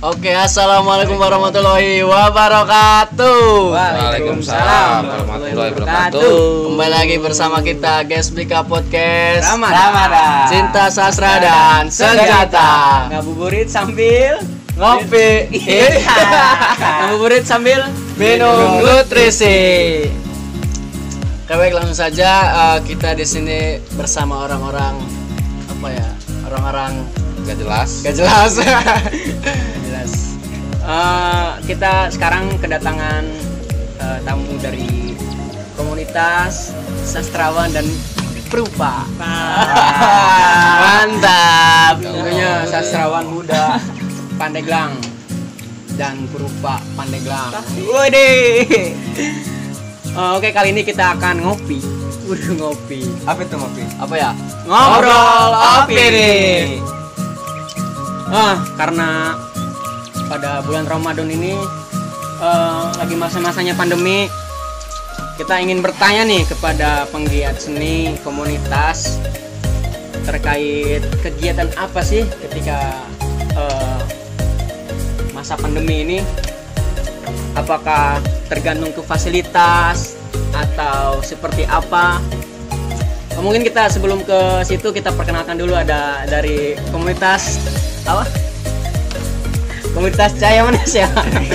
Oke, assalamualaikum warahmatullahi wabarakatuh. Waalaikumsalam warahmatullahi wabarakatuh. Kembali lagi bersama kita Gesblika Podcast Ramadan. Cinta Sastra dan Senjata. Ngabuburit sambil Ngopi. ngabuburit sambil Minum nutrisi. Baik, langsung saja kita di sini bersama orang-orang orang-orang gak jelas. jelas. Kita sekarang kedatangan tamu dari komunitas sastrawan dan perupa. Mantap. Tentunya sastrawan muda Pandeglang dan perupa Pandeglang. Waduh. Oke, kali ini kita akan ngopi. Ngopi. Apa itu ngopi? Apa ya? Ngobrol opini. Karena pada bulan Ramadan ini lagi masa-masanya pandemi, kita ingin bertanya nih kepada penggiat seni komunitas terkait kegiatan apa sih ketika masa pandemi ini. Apakah tergantung ke fasilitas atau seperti apa? Mungkin kita sebelum ke situ kita perkenalkan dulu, ada dari komunitas apa? Komunitas Cahaya Menes ya.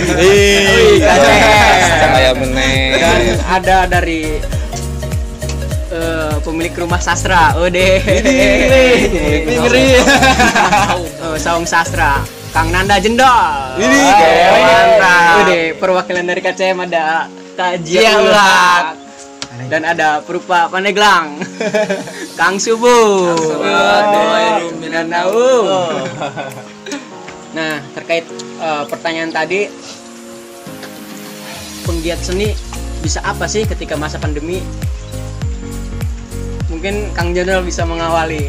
Cahaya Menes. Dan ada dari pemilik rumah sastra. Ngeri. Saung Sastra. Kang Nanda Jendol. Mantap. Perwakilan dari KCM ada Kak Jialat. Dan ada perupa Pandeglang. Kang Subuh. Nah, terkait pertanyaan tadi, penggiat seni bisa apa sih ketika masa pandemi? Mungkin Kang Jendol bisa mengawali.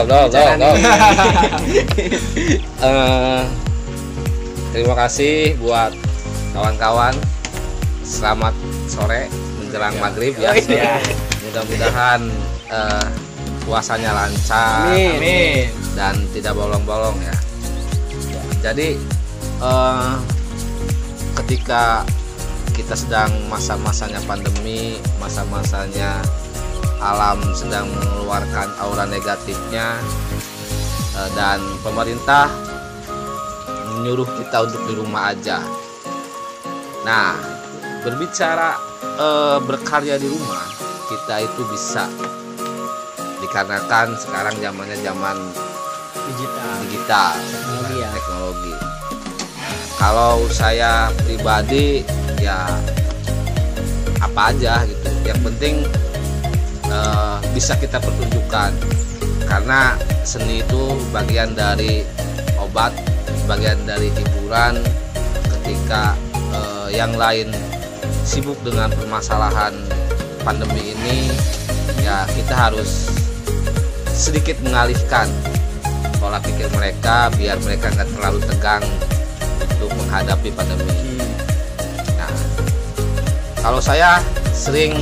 Terima kasih buat kawan-kawan. Selamat sore menjelang maghrib ya. Mudah-mudahan puasanya lancar. Amin. Dan tidak bolong-bolong ya. Jadi ketika kita sedang masa-masanya pandemi, masa-masanya alam sedang mengeluarkan aura negatifnya, dan pemerintah menyuruh kita untuk di rumah aja. Nah, berbicara berkarya di rumah, kita itu bisa dikarenakan sekarang zamannya zaman digital teknologi. Kalau saya pribadi ya apa aja gitu, yang penting bisa kita pertunjukkan, karena seni itu bagian dari obat, bagian dari hiburan. Ketika yang lain sibuk dengan permasalahan pandemi ini, ya kita harus sedikit mengalihkan pola pikir mereka biar mereka nggak terlalu tegang untuk menghadapi pandemi. Nah, kalau saya sering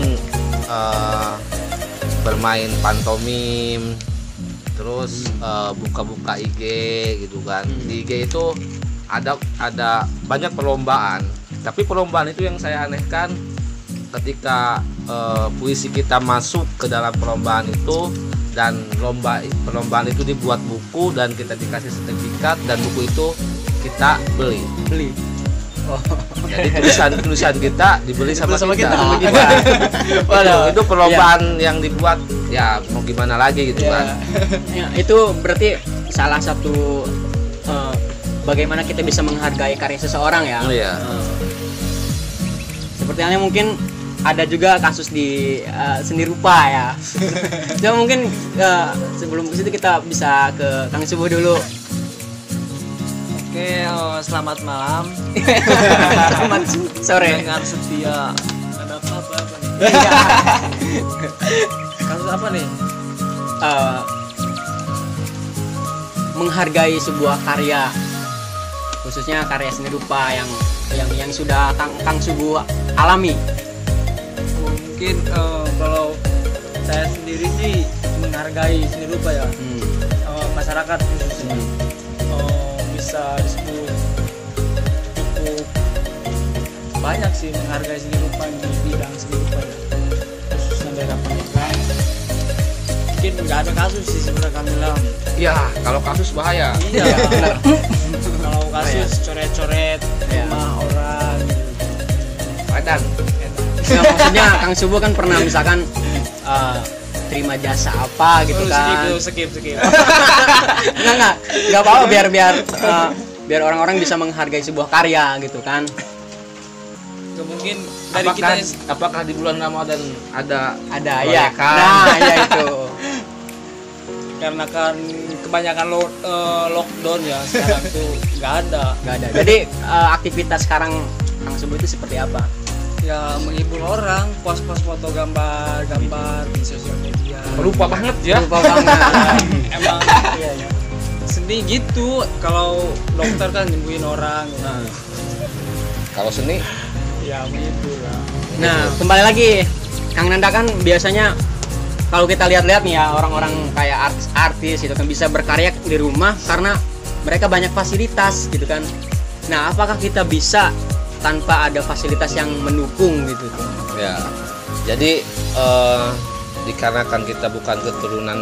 bermain pantomim, terus buka-buka IG gitu kan. Di IG itu ada banyak perlombaan, tapi perlombaan itu yang saya anehkan ketika puisi kita masuk ke dalam perlombaan itu, dan perlombaan itu dibuat buku dan kita dikasih sertifikat, dan buku itu kita beli. Jadi tulisan kita dibeli sama kita. Itu perlombaan yang dibuat, ya mau gimana lagi gitu kan. Ya, itu berarti salah satu bagaimana kita bisa menghargai karya seseorang ya. Iya. Seperti halnya mungkin ada juga kasus di seni rupa ya. Jadi mungkin sebelum ke situ kita bisa ke Kang Subuh dulu. Oke, selamat malam. Selamat sore. Dengan setia. Ada apa nih? Kasus apa nih? Menghargai sebuah karya, khususnya karya seni rupa yang sudah Kang Subuh alami. Mungkin kalau saya sendiri sih menghargai seni rupa ya. Masyarakat khususnya bisa disebut banyak sih menghargai seni rupa di bidang seni rupa ya. Khususnya daerah Pandeglang. Mungkin nggak ada kasus sih sebenarnya kami bilang. Ya, kalau kasus bahaya. Iya. Kalau kasus coret-coret rumah orang. Badan. Nah, maksudnya Kang Subuh kan pernah misalkan terima jasa apa gitu kan. Skip. Enggak apa-apa biar orang-orang bisa menghargai sebuah karya gitu kan. Mungkin dari Apakah di bulan Ramadan ada Ya. proyekan? Nah, ya itu. karena kan kebanyakan lockdown ya sekarang tuh nggak ada. Jadi aktivitas sekarang Kang Subuh itu seperti apa? Ya menghibur orang, post-post foto gambar di sosial media. Lupa banget ya. Lupa banget. Emang iya. Seni gitu, kalau dokter kan nyembuhin orang. Kalau seni Ya menghibur lah. Nah, kembali lagi Kang Nanda kan biasanya kalau kita lihat-lihat nih ya orang-orang kayak artis itu kan bisa berkarya di rumah karena mereka banyak fasilitas gitu kan. Nah, apakah kita bisa tanpa ada fasilitas yang mendukung gitu? ya. Jadi dikarenakan kita bukan keturunan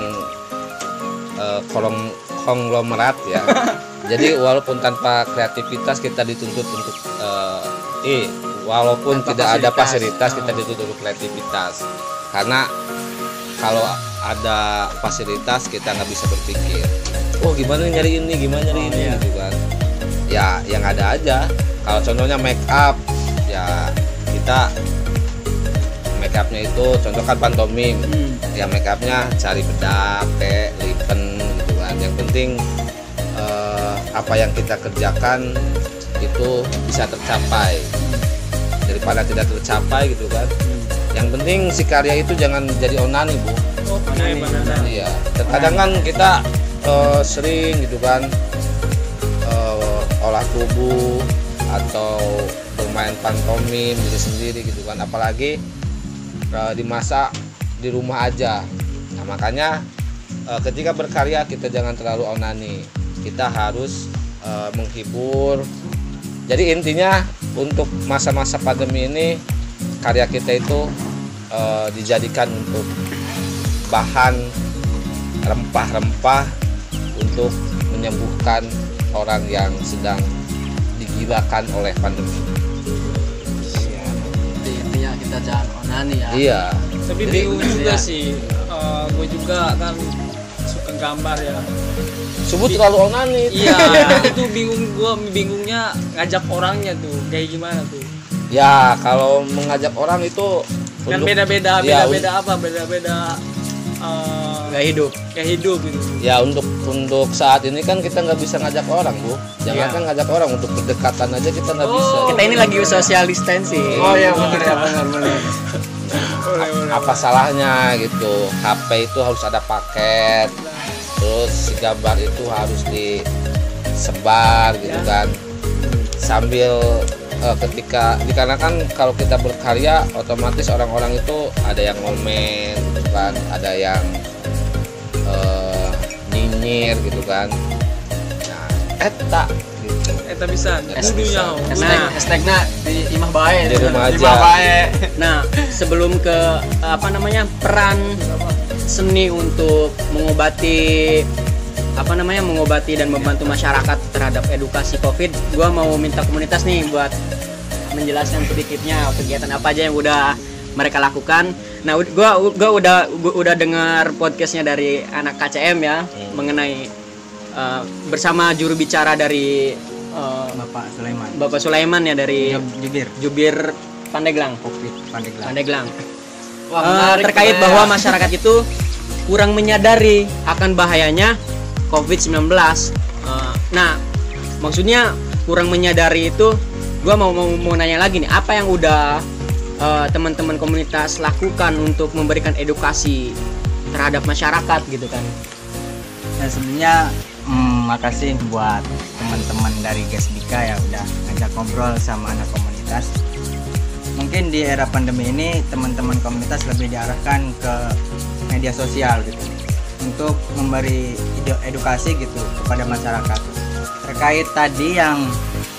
konglomerat ya. Jadi walaupun tanpa kreativitas kita dituntut untuk walaupun tanpa tidak ada fasilitas. fasilitas kita dituntut untuk kreativitas. Karena kalau ada fasilitas kita nggak bisa berpikir, oh gimana nyari ini gitu kan. Ya yang ada aja. Kalau contohnya make up, ya kita make upnya itu contoh kan pantomim, ya make upnya cari bedak, lipen gitu kan. Yang penting apa yang kita kerjakan itu bisa tercapai daripada tidak tercapai gitu kan. Yang penting si karya itu jangan jadi onani, Bu. Iya. Terkadang kan kita sering gitu kan olah tubuh atau bermain pantomim diri sendiri gitu kan, apalagi dimasak di rumah aja. Nah makanya ketika berkarya kita jangan terlalu onani, kita harus menghibur. Jadi intinya untuk masa-masa pandemi ini karya kita itu dijadikan untuk bahan rempah-rempah untuk menyembuhkan orang yang sedang digilakan oleh pandemi. Intinya kita jangan onani ya. Iya. Tapi Jadi, bingung juga iya. sih. Gue juga kan suka gambar ya. Subuh terlalu onani. Iya, itu bingungnya ngajak orangnya tuh kayak gimana tuh. Ya kalau mengajak orang itu Kan untuk- beda-beda ya, Gak hidup. kayak hidup gitu. Ya untuk saat ini kan kita nggak bisa ngajak orang, Bu. Jangan kan ngajak orang, untuk berdekatan aja kita nggak bisa. Kita ini lagi social distancing. Oh iya benar ya benar. Apa salahnya gitu? HP itu harus ada paket, terus si gambar itu harus disebar gitu kan. Sambil dikarenakan kalau kita berkarya otomatis orang-orang itu ada yang komen gitu kan, ada yang nyinyir gitu kan. Nah, eta gitu. Eta bisa kudunya. Hashtagnya di imah bae. Di rumah aja. Imah bae. Nah, sebelum ke peran seni untuk mengobati dan membantu masyarakat terhadap edukasi COVID, gua mau minta komunitas nih buat menjelaskan sedikitnya kegiatan apa aja yang udah mereka lakukan. Nah, gua udah dengar podcastnya dari anak KCM ya mengenai bersama juru bicara dari Bapak Sulaiman ya dari Jubir Pandeglang. Pandeglang. Wah, menarik, terkait Bang. bahwa masyarakat itu kurang menyadari akan bahayanya COVID-19. Nah, maksudnya kurang menyadari itu, gua mau nanya lagi nih, apa yang udah teman-teman komunitas lakukan untuk memberikan edukasi terhadap masyarakat gitu kan? Nah sebenarnya makasih buat teman-teman dari Gesbika ya udah ngajak ngobrol sama anak komunitas. Mungkin di era pandemi ini teman-teman komunitas lebih diarahkan ke media sosial gitu untuk memberi edukasi gitu kepada masyarakat terkait tadi yang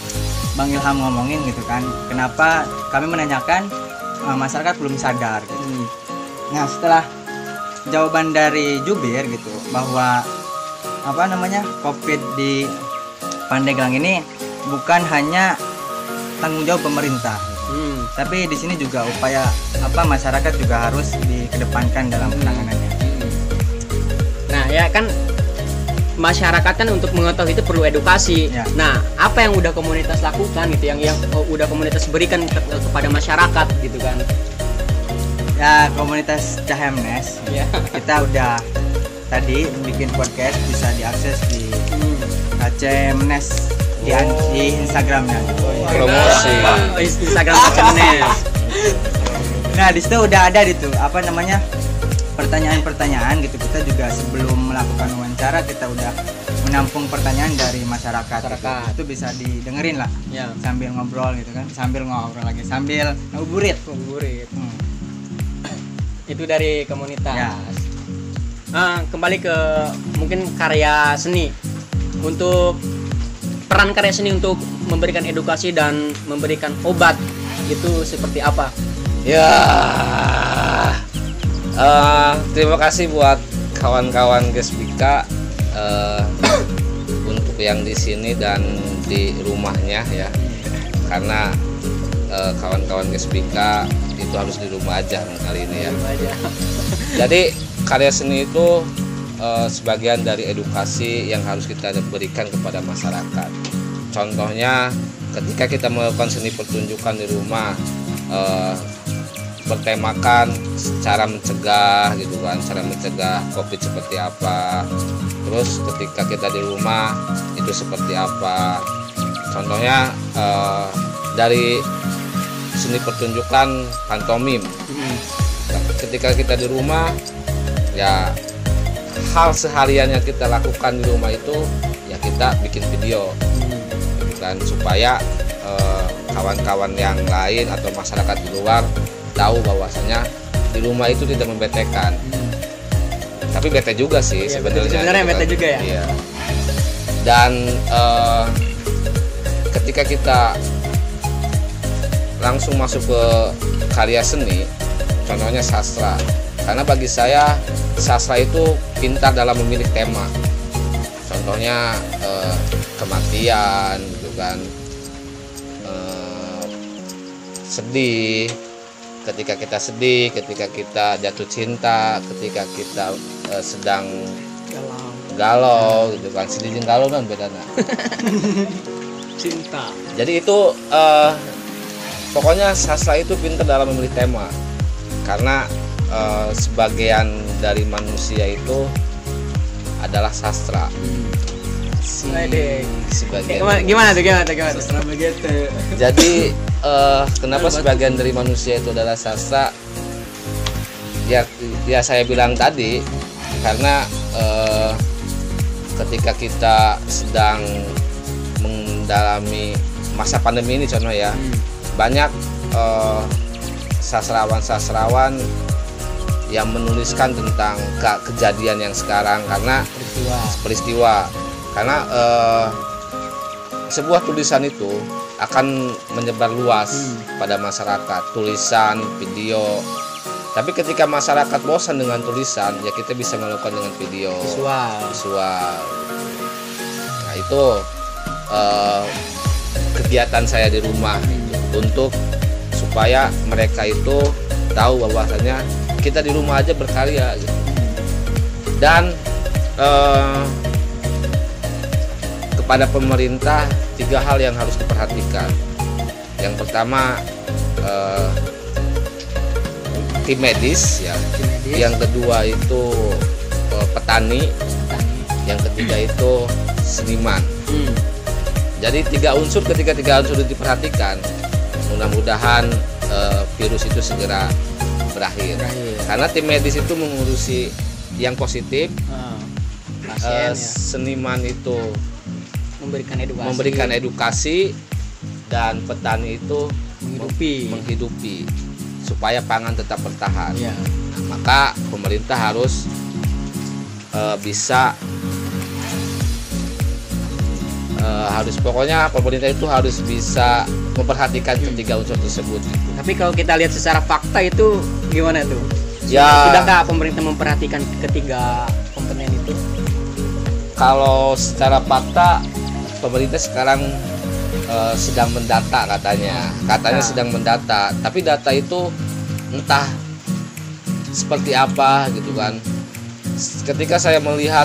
Bang Ilham ngomongin gitu kan, kenapa kami menanyakan masyarakat belum sadar gitu. Nah, setelah jawaban dari jubir gitu bahwa COVID di Pandeglang ini bukan hanya tanggung jawab pemerintah, tapi di sini juga upaya masyarakat juga harus dikedepankan dalam penanganannya. Nah, ya kan masyarakat kan untuk mengetahui itu perlu edukasi. Ya. Nah, apa yang udah komunitas lakukan gitu, yang udah komunitas berikan kepada masyarakat gitu kan? Ya, komunitas Cahemnes, Ya. kita udah tadi bikin podcast, bisa diakses di Cahemnes di Instagramnya. Promosi. Instagram Cahemnes. Nah, di situ udah ada gitu pertanyaan-pertanyaan gitu. Kita juga sebelum melakukan wawancara kita udah menampung pertanyaan dari masyarakat. Gitu. Itu bisa didengerin lah. Ya. Sambil ngobrol gitu kan, sambil ngobrol lagi, sambil ngabuburit. Itu dari komunitas. Ya. Kembali ke mungkin karya seni. Untuk peran karya seni untuk memberikan edukasi dan memberikan obat itu seperti apa? Ya, terima kasih buat kawan-kawan Gesbika untuk yang di sini dan di rumahnya ya, karena kawan-kawan Gesbika itu harus di rumah aja kali ini ya. Jadi karya seni itu sebagian dari edukasi yang harus kita berikan kepada masyarakat. Contohnya ketika kita melakukan seni pertunjukan di rumah, bertemakan cara mencegah gitu kan, cara mencegah COVID seperti apa. Terus ketika kita di rumah itu seperti apa. Contohnya dari seni pertunjukan pantomim. Ketika kita di rumah, ya hal seharian yang kita lakukan di rumah itu ya kita bikin video gitu kan, supaya kawan-kawan yang lain atau masyarakat di luar tahu bahwasanya di rumah itu tidak membetekan. Tapi bete juga sih Ya, sebenarnya. sebenarnya gitu bete kan. juga ya. Iya. Dan ketika kita langsung masuk ke karya seni, contohnya sastra. Karena bagi saya sastra itu pintar dalam memilih tema. Contohnya kematian gitu kan, sedih, ketika kita sedih, ketika kita jatuh cinta, ketika kita sedang galau gitu kan. Sedih dan galau kan beda. Cinta. Jadi itu pokoknya sastra itu pintar dalam memilih tema, karena sebagian dari manusia itu adalah sastra. Sebagian. Gimana tuh? Sastra begitu. Jadi kenapa sebagian dari manusia itu adalah sastra? Ya saya bilang tadi, karena ketika kita sedang mendalami masa pandemi ini contoh ya, banyak sastrawan yang menuliskan tentang kejadian yang sekarang karena peristiwa. Karena sebuah tulisan itu akan menyebar luas pada masyarakat, tulisan, video. Tapi ketika masyarakat bosan dengan tulisan, ya kita bisa melakukan dengan video, visual. Nah itu kegiatan saya di rumah untuk supaya mereka itu tahu bahwasanya kita di rumah aja berkarya gitu. Dan kepada pemerintah 3 hal yang harus diperhatikan. Yang pertama tim medis ya. Yang kedua itu petani. Yang ketiga itu seniman. Jadi 3 unsur, ketika 3 unsur itu diperhatikan, mudah-mudahan virus itu segera berakhir. Karena tim medis itu mengurusi yang positif, seniman itu memberikan edukasi, dan petani itu menghidupi supaya pangan tetap bertahan. Ya. Nah, maka pemerintah harus bisa Harus pokoknya pemerintah itu harus bisa memperhatikan ketiga unsur tersebut gitu. Tapi kalau kita lihat secara fakta itu gimana tuh? Ya. Sudahkah pemerintah memperhatikan ketiga komponen itu? Kalau secara fakta pemerintah sekarang sedang mendata katanya sedang mendata, tapi data itu entah seperti apa gitu kan. Ketika saya melihat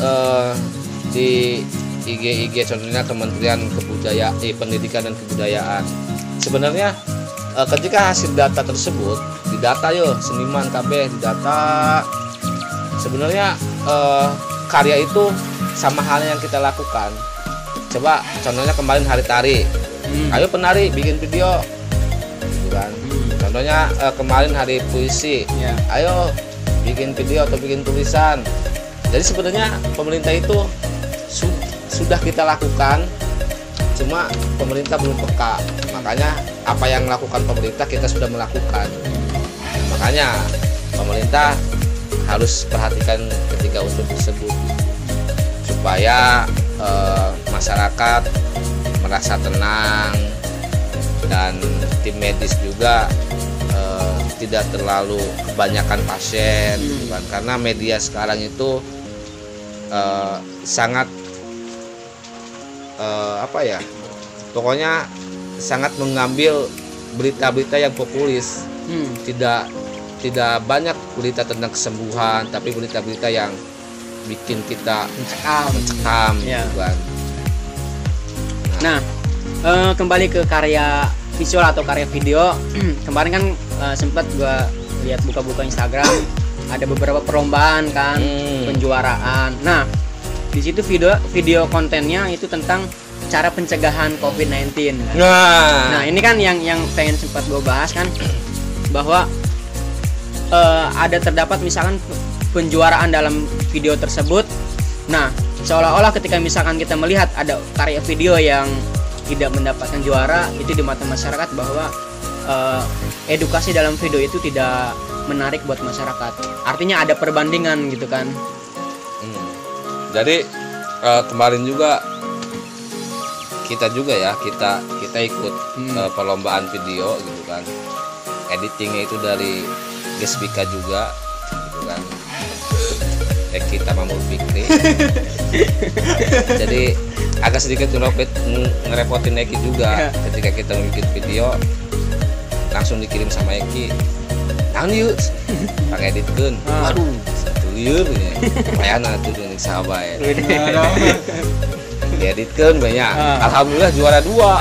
di IG contohnya Kementerian Pendidikan dan Kebudayaan, sebenarnya ketika hasil data tersebut didata seniman KB didata, sebenarnya karya itu sama halnya yang kita lakukan. Coba contohnya kemarin hari tari, ayo penari bikin video gitu kan. Contohnya kemarin hari puisi, ayo bikin video atau bikin tulisan. Jadi sebenarnya pemerintah itu sudah kita lakukan, cuma pemerintah belum peka. Makanya apa yang melakukan pemerintah kita sudah melakukan. Makanya pemerintah harus perhatikan ketiga unsur tersebut supaya masyarakat merasa tenang dan tim medis juga tidak terlalu kebanyakan pasien gitu kan. Karena media sekarang itu sangat pokoknya sangat mengambil berita-berita yang populis. Tidak banyak berita tentang kesembuhan, tapi berita-berita yang bikin kita mencekam gitu kan. Nah, kembali ke karya visual atau karya video. Kemarin kan sempat gua lihat buka-buka Instagram, ada beberapa perlombaan kan, penjuaraan. Nah, di situ video kontennya itu tentang cara pencegahan COVID-19 kan. Nah, ini kan yang pengen sempat gue bahas kan, bahwa ada terdapat misalkan penjuaraan dalam video tersebut. Nah, seolah-olah ketika misalkan kita melihat ada karya video yang tidak mendapatkan juara, itu di mata masyarakat bahwa edukasi dalam video itu tidak menarik buat masyarakat. Artinya ada perbandingan gitu kan. Jadi kemarin juga kita ikut perlombaan video gitu kan. Editingnya itu dari Gesbika juga gitu kan. Kita Mamul Fikri. Jadi agak sedikit ngerepotin Eki juga ketika kita bikin video, langsung dikirim sama Eki. Naon yuk, pangeditkeun. Aduh, lieur ya. Payana tuh jeung sahabat. Dieditkeun banyak. Alhamdulillah juara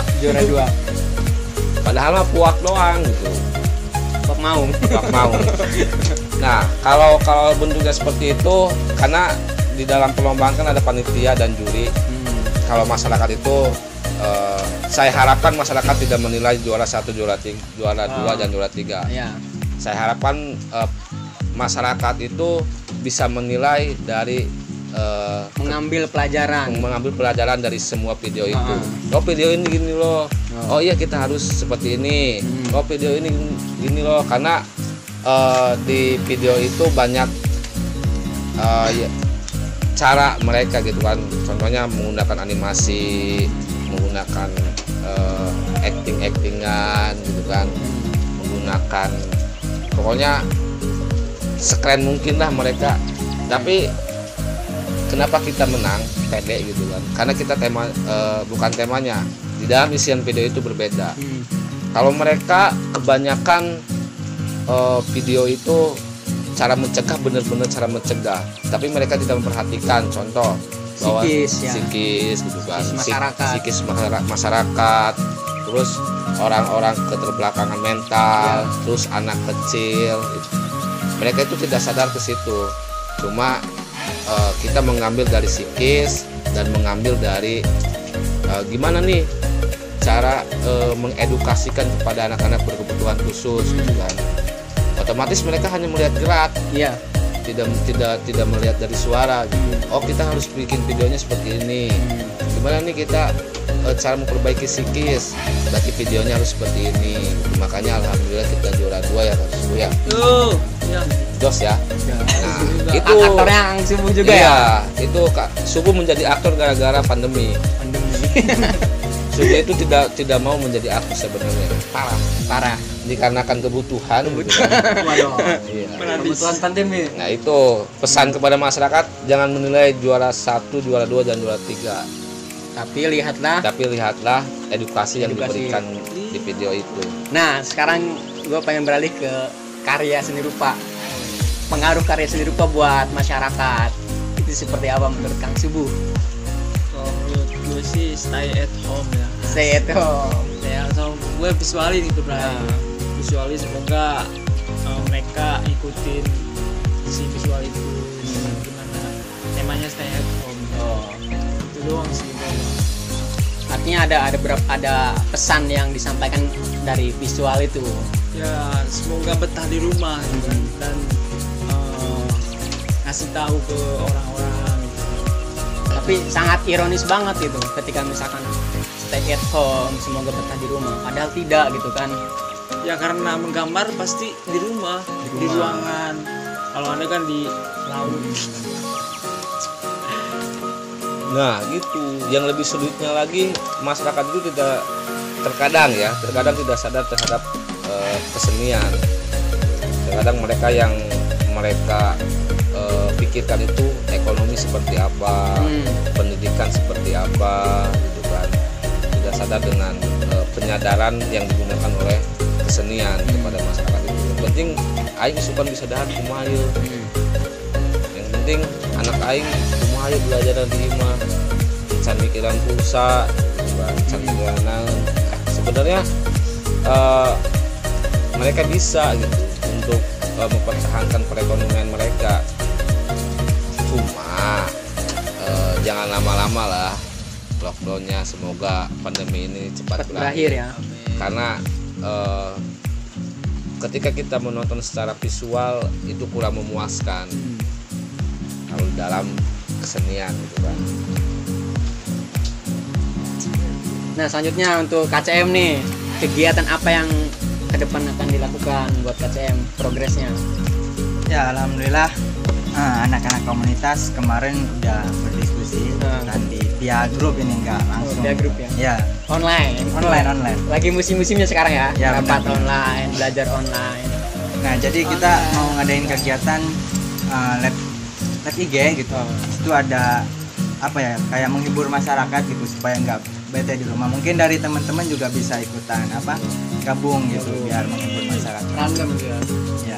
2. Padahal mah puak doang gitu. Puak mau. Nah, kalau bentuknya seperti itu, karena di dalam perlombaan kan ada panitia dan juri. Kalau masyarakat itu saya harapkan masyarakat tidak menilai juara 1, juara 2 dan juara 3. Saya harapkan masyarakat itu bisa menilai dari mengambil pelajaran dari semua video itu. Oh, video ini gini loh. Oh iya, kita harus seperti ini. Oh, video ini gini loh, karena di video itu banyak cara mereka gitu kan. Contohnya menggunakan animasi, menggunakan actingan gitu kan, menggunakan pokoknya sekeren mungkin lah mereka. Tapi kenapa kita menang pede gitu kan? Karena kita bukan temanya. Di dalam isian video itu berbeda. Kalau mereka kebanyakan video itu cara mencegah, benar-benar cara mencegah, tapi mereka tidak memperhatikan contoh bahwa psikis gitu kan, psikis masyarakat, terus orang-orang keterbelakangan mental, terus anak kecil gitu. Mereka itu tidak sadar ke situ. Cuma kita mengambil dari psikis dan mengambil dari gimana nih cara mengedukasikan kepada anak-anak berkebutuhan khusus gitu kan. Otomatis mereka hanya melihat gerak, tidak melihat dari suara gitu. Oh, kita harus bikin videonya seperti ini. Gimana nih kita cara memperbaiki psikis, berarti videonya harus seperti ini. Makanya alhamdulillah kita juara 2 ya, Kak ya. Jos ya. Nah, itu aktornya yang Subuh juga ya. Itu Kak Subuh menjadi aktor gara-gara pandemi. Surya itu tidak mau menjadi artis sebenarnya. Parah. Dikarenakan kebutuhan. Waduh. Iya. Kebutuhan pandemi. Nah itu pesan kepada masyarakat, jangan menilai juara 1, juara 2 dan juara 3. Tapi lihatlah edukasi yang diberikan di video itu. Nah, sekarang gue pengen beralih ke karya seni rupa. Pengaruh karya seni rupa buat masyarakat itu seperti apa menurut Kang Subuh? Kalau menurut gue sih stay at home ya. Stay at home. Ya, sama gue visualis gitu Bray. Visualis semoga mereka ikutin si visual itu. Gimana temanya stay at home. Itu doang sih. Artinya ada pesan yang disampaikan dari visual itu. Ya, semoga betah di rumah gitu kan. Dan ngasih tahu ke orang-orang gitu. Tapi sangat ironis banget gitu ketika misalkan stay at home, semoga betah di rumah. Padahal tidak gitu kan. Ya karena menggambar pasti di rumah. Di ruangan. Kalau Anda kan di laut. Nah gitu, yang lebih sulitnya lagi masyarakat itu terkadang tidak sadar terhadap kesenian. Terkadang mereka pikirkan itu ekonomi seperti apa, pendidikan seperti apa, gitu kan. Tidak sadar dengan penyadaran yang digunakan oleh kesenian kepada masyarakat itu. Yang penting aing suka bisa dahar kumaha ieu. Yang penting anak aing kumaha belajar di imah. Can mikiran pulsa, can mikiran naon. Sebenarnya mereka bisa gitu untuk mempertahankan perekonomian mereka. Cuma jangan lama-lama lah lockdownnya. Semoga pandemi ini cepat berakhir ya. Karena ketika kita menonton secara visual itu kurang memuaskan kalau dalam kesenian gitu kan. Nah, selanjutnya untuk KCM nih, kegiatan apa yang ke depan akan dilakukan buat KCM, progresnya? Ya alhamdulillah anak-anak komunitas kemarin udah berdiskusi kan di via grup ini, enggak langsung. Via grup ya? Ya. Online. Lagi musim-musimnya sekarang ya? Ya, rapat benar. online, belajar online. Nah jadi kita mau ngadain kegiatan lab IG gitu. Itu ada apa ya, kayak menghibur masyarakat gitu supaya nggak bete di rumah. Mungkin dari teman-teman juga bisa ikutan gabung gitu biar menghibur masyarakat. Random ya. Ya.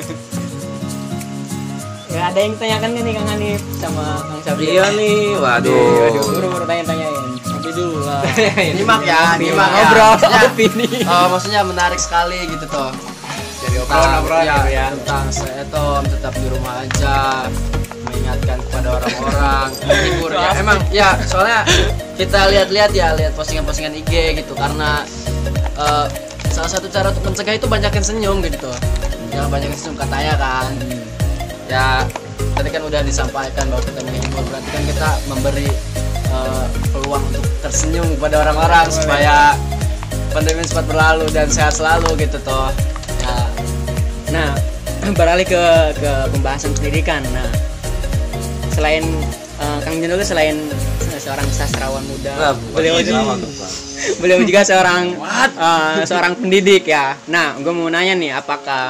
Ya ada yang tanyakan nih Kang Hanif sama Kang Sabri. Iya nih, waduh. Buru-buru tanya-tanyain. Tapi dulu lah. Nyimak ya. Ngobrol opini. Maksudnya menarik sekali gitu toh. Jadi obrolan gitu ya. Tentang stay at home, tetap di rumah aja, mengingatkan kepada orang-orang, menghibur ya. Emang ya, soalnya kita lihat postingan-postingan IG gitu, karena salah satu cara untuk mencegah itu banyakin senyum gitu. Jangan banyakin senyum katanya kan. Ya tadi kan udah disampaikan bahwa kita menghibur, berarti kan kita memberi peluang untuk tersenyum kepada orang-orang supaya pandemi cepat berlalu dan sehat selalu gitu toh. Ya. Nah, beralih ke pembahasan pendidikan. Nah, selain Kang Jendol selain seorang sastrawan muda, beliau juga seorang pendidik ya. Nah, gue mau nanya nih, apakah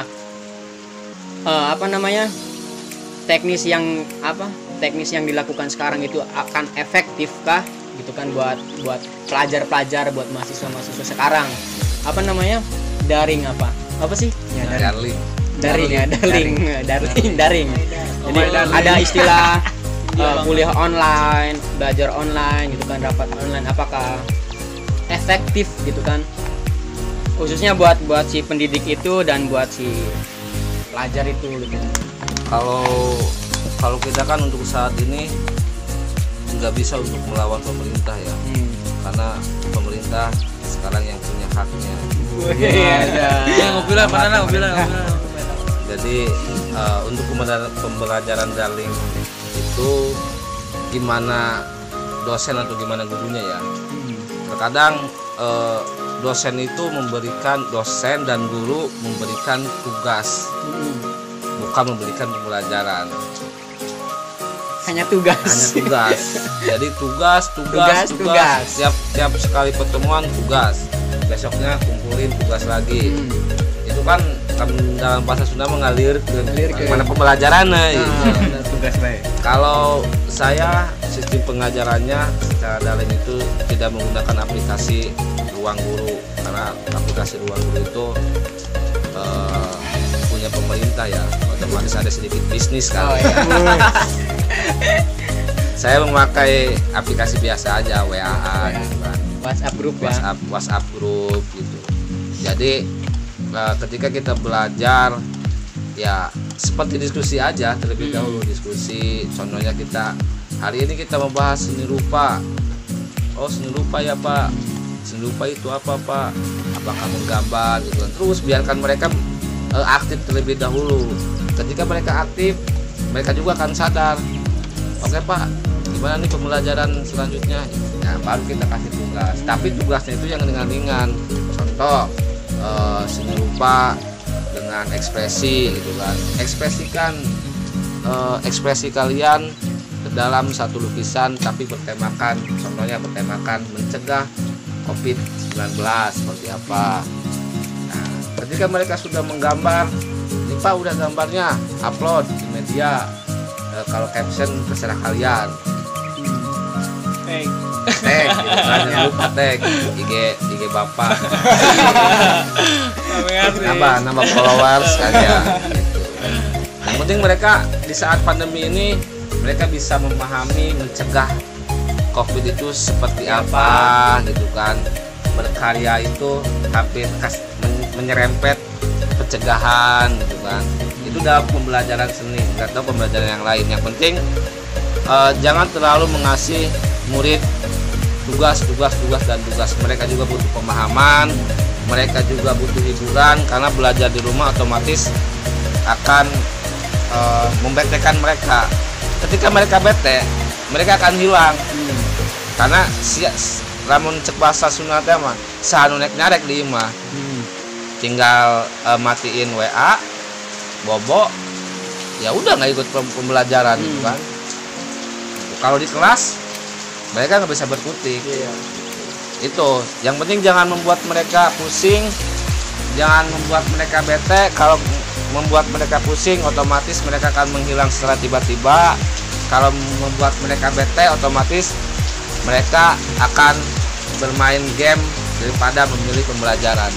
teknis yang dilakukan sekarang itu akan efektif kah gitu kan buat pelajar-pelajar, buat mahasiswa sekarang? Daring apa sih? Ya Daring. Jadi ada istilah kuliah online, belajar online gitu kan, rapat online. Apakah efektif gitu kan? Khususnya buat si pendidik itu dan buat si pelajar itu gitu. Kalau kita kan untuk saat ini nggak bisa untuk melawan pemerintah ya, karena pemerintah sekarang yang punya haknya. Jadi untuk pembelajaran daring itu gimana dosen atau gimana gurunya ya. Terkadang dosen dan guru memberikan tugas, bukan memberikan pembelajaran. hanya tugas. Jadi tugas. Tiap sekali pertemuan tugas, besoknya kumpulin tugas lagi. Itu kan dalam bahasa Sunda mengalir ke mana pembelajarannya. Tugas baik. Kalau saya sistem pengajarannya secara daring itu tidak menggunakan aplikasi Ruang Guru, karena aplikasi Ruang Guru itu punya pemerintah ya, otomatis ada sedikit bisnis kan. Saya memakai aplikasi biasa aja, WA gitu kan. WhatsApp grup gitu. Jadi ketika kita belajar ya seperti diskusi aja terlebih dahulu, diskusi. Contohnya kita hari ini kita membahas seni rupa. Oh, seni rupa ya Pak. Seni rupa itu apa Pak? Apakah menggambar gitu kan. Terus biarkan mereka aktif terlebih dahulu. Ketika mereka aktif, mereka juga akan sadar. Oke Pak, gimana nih pembelajaran selanjutnya? Nah, baru kita kasih tugas. Tapi tugasnya itu yang ringan-ringan. Contoh seni rupa dengan ekspresi gitu kan. Ekspresikan ekspresi kalian ke dalam satu lukisan tapi bertemakan, contohnya bertemakan mencegah COVID-19 seperti apa. Nah, ketika mereka sudah menggambar, ini Pak udah gambarnya, upload di media. Kalau caption terserah kalian. Tag gitu kan, jangan lupa tag IG Bapak. Nambah followers kalian gitu. Yang penting mereka di saat pandemi ini mereka bisa memahami mencegah COVID itu seperti apa gitu kan. Berkarya itu hampir menyerempet pencegahan gitu kan. Itu dalam pembelajaran seni, nggak tahu pembelajaran yang lain. Yang penting jangan terlalu mengasih murid tugas. Mereka juga butuh pemahaman, mereka juga butuh hiburan, karena belajar di rumah otomatis akan membetekan mereka. Ketika mereka bete, mereka akan hilang. Karena lamun cek bahasa Sunda teh mah sahanu nek nyarek di imah. Tinggal matiin WA, bobo, ya udah nggak ikut pembelajaran gitu kan. Kalau di kelas mereka nggak bisa berkutik. Itu yang penting, jangan membuat mereka pusing, jangan membuat mereka bete. Kalau membuat mereka pusing, otomatis mereka akan menghilang secara tiba-tiba. Kalau membuat mereka bete, otomatis mereka akan bermain game daripada memilih pembelajaran.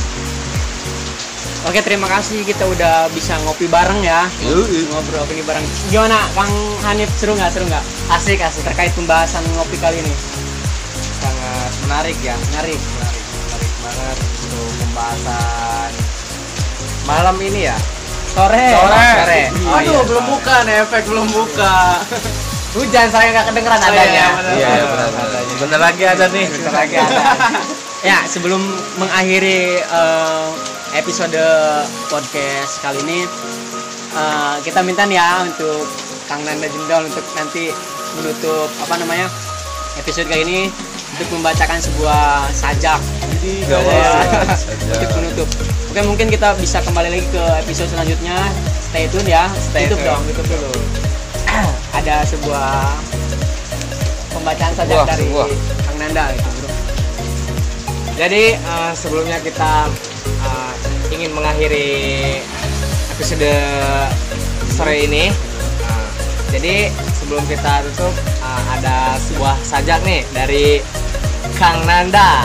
Oke, terima kasih, kita udah bisa ngopi bareng ya. Ngobrol ini bareng. Gimana Kang Hanif, seru nggak? Asik terkait pembahasan ngopi kali ini. Sangat menarik ya. Menarik banget untuk pembahasan malam ini ya. Sore. Aduh, belum buka nih, efek belum buka. Hujan saya nggak kedengeran adanya. Iya, benar lagi ada nih. Ya, sebelum mengakhiri episode podcast kali ini, kita minta nih ya untuk Kang Nanda Jendol untuk nanti menutup episode kali ini untuk membacakan sebuah sajak. Untuk menutup. Oke, mungkin kita bisa kembali lagi ke episode selanjutnya. Stay tune ya. Tutup dulu. Ada sebuah pembacaan sajak dari Kang Nanda gitu, bro. Jadi sebelumnya kita ingin mengakhiri episode sore ini. Jadi sebelum kita tutup, ada sebuah sajak nih dari Kang Nanda.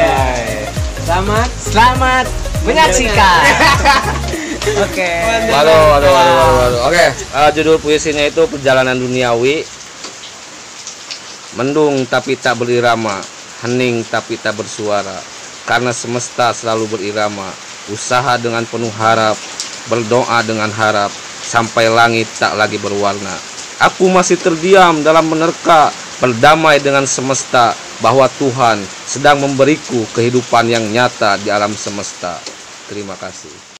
Selamat menyaksikan. Oke. Waduh. Oke, judul puisinya itu Perjalanan Duniawi. Mendung tapi tak berirama, hening tapi tak bersuara. Karena semesta selalu berirama, usaha dengan penuh harap, berdoa dengan harap, sampai langit tak lagi berwarna. Aku masih terdiam dalam menerka, berdamai dengan semesta, bahwa Tuhan sedang memberiku kehidupan yang nyata di alam semesta. Terima kasih.